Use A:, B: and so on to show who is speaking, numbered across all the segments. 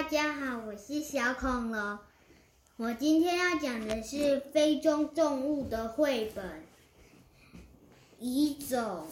A: 家好，我是小恐龙。我今天要讲的是非洲动物的绘本。移走。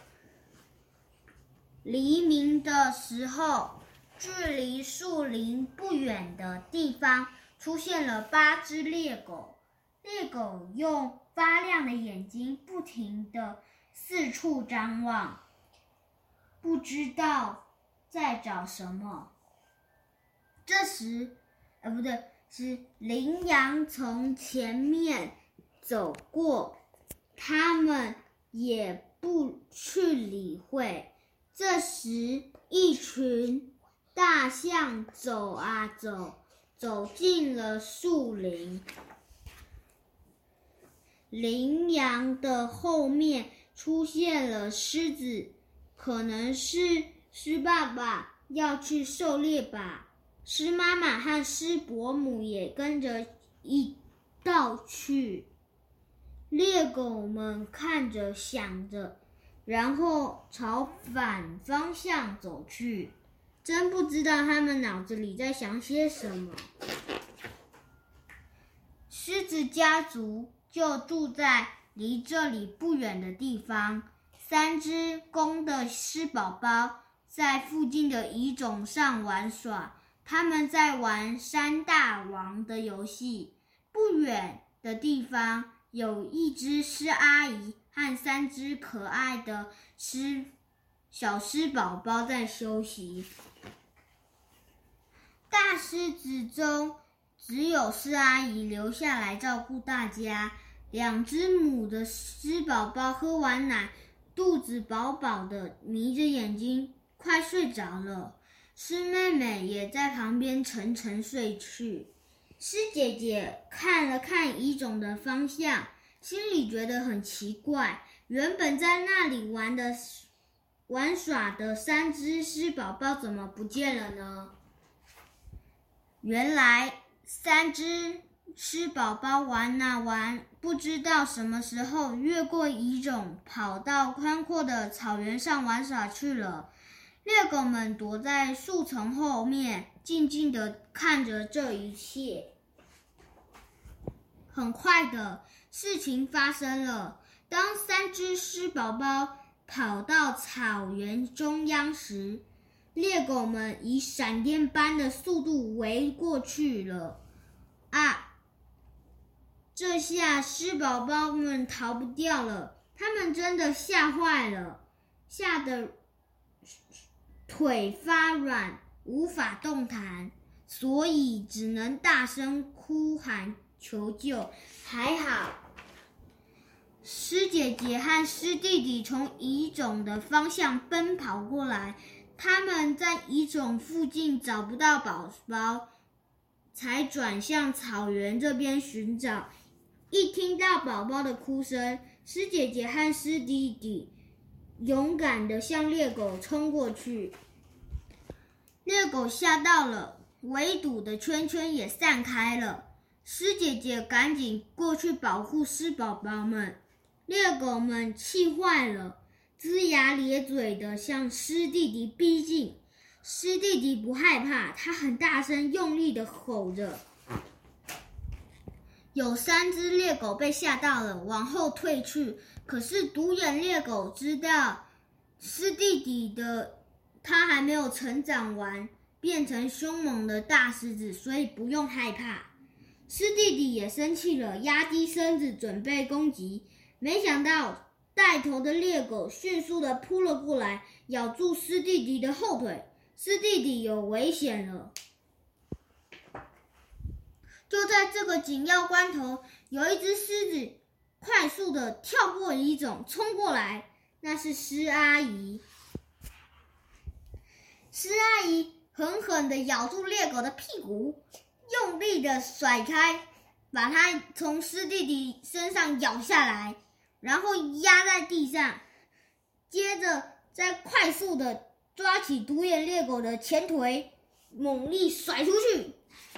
A: 黎明的时候，距离树林不远的地方出现了8只猎狗。猎狗用发亮的眼睛不停地四处张望，不知道在找什么。这时，是羚羊从前面走过，他们也不去理会。这时，一群大象走啊走，走进了树林。羚羊的后面出现了狮子，可能是狮爸爸要去狩猎吧。狮妈妈和狮伯母也跟着一道去。猎狗们看着想着，然后朝反方向走去。真不知道他们脑子里在想些什么。狮子家族就住在离这里不远的地方。3只公的狮宝宝在附近的蚁冢上玩耍。他们在玩山大王的游戏。不远的地方有一只狮阿姨和3只可爱的小狮宝宝在休息。大狮子中只有狮阿姨留下来照顾大家。2只母的狮宝宝喝完奶，肚子饱饱的，眯着眼睛，快睡着了。狮妹妹也在旁边沉沉睡去。狮姐姐看了看蚁冢的方向，心里觉得很奇怪，原本在那里玩耍的3只狮宝宝怎么不见了呢？原来3只狮宝宝玩啊玩，不知道什么时候越过蚁冢，跑到宽阔的草原上玩耍去了。猎狗们躲在树丛后面，静静地看着这一切。很快的，事情发生了。当3只狮宝宝跑到草原中央时，猎狗们以闪电般的速度围过去了。这下狮宝宝们逃不掉了，他们真的吓坏了，吓得腿发软，无法动弹，所以只能大声哭喊求救。还好，狮姐姐和狮弟弟从蚁冢的方向奔跑过来，他们在蚁冢附近找不到宝宝，才转向草原这边寻找。一听到宝宝的哭声，狮姐姐和狮弟弟勇敢地向猎狗冲过去。猎狗吓到了，围堵的圈圈也散开了。狮姐姐赶紧过去保护狮宝宝们。猎狗们气坏了，龇牙咧嘴地向狮弟弟逼近。狮弟弟不害怕，他很大声用力地吼着。有3只猎狗被吓到了，往后退去。可是独眼猎狗知道狮弟弟他还没有成长完，变成凶猛的大狮子，所以不用害怕。狮弟弟也生气了，压低身子准备攻击。没想到带头的猎狗迅速地扑了过来，咬住狮弟弟的后腿。狮弟弟有危险了。就在这个紧要关头，有一只狮子快速地跳过蚁冢冲过来，那是狮阿姨。狮阿姨狠狠地咬住猎狗的屁股，用力地甩开，把它从狮弟弟身上咬下来，然后压在地上，接着再快速地抓起独眼猎狗的前腿，猛力甩出去。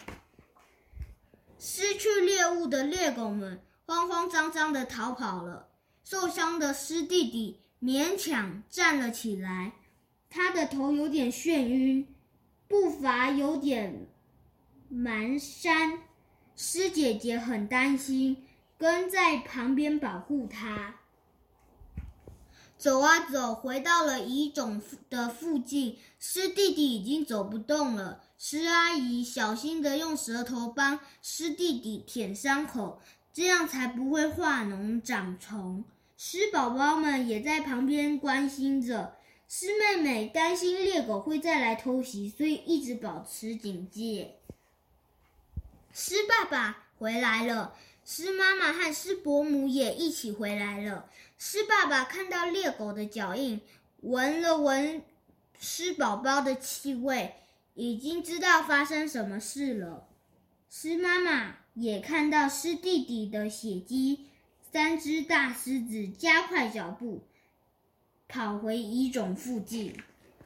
A: 失去猎物的猎狗们慌慌张张地逃跑了。受伤的狮弟弟勉强站了起来，他的头有点眩晕， 步伐有点蹒跚。狮姐姐很担心，跟在旁边保护她。走啊走，回到了乙种的附近，狮弟弟已经走不动了。狮阿姨小心地用舌头帮狮弟弟舔伤口，这样才不会化脓长虫。狮宝宝们也在旁边关心着。狮妹妹担心猎狗会再来偷袭，所以一直保持警戒。狮爸爸回来了，狮妈妈和狮伯母也一起回来了。狮爸爸看到猎狗的脚印，闻了闻狮宝宝的气味，已经知道发生什么事了。狮妈妈也看到狮弟弟的血迹，3只大狮子加快脚步，跑回乙种附近。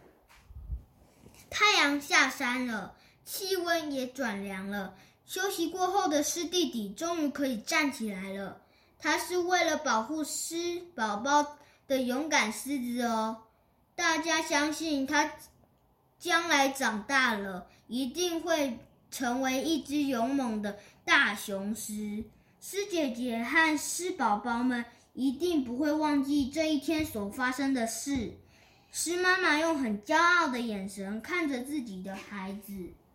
A: 太阳下山了，气温也转凉了。休息过后的狮弟弟终于可以站起来了。他是为了保护狮宝宝的勇敢狮子哦。大家相信他将来长大了，一定会成为一只勇猛的大雄狮。狮姐姐和狮宝宝们一定不会忘记这一天所发生的事。狮妈妈用很骄傲的眼神看着自己的孩子。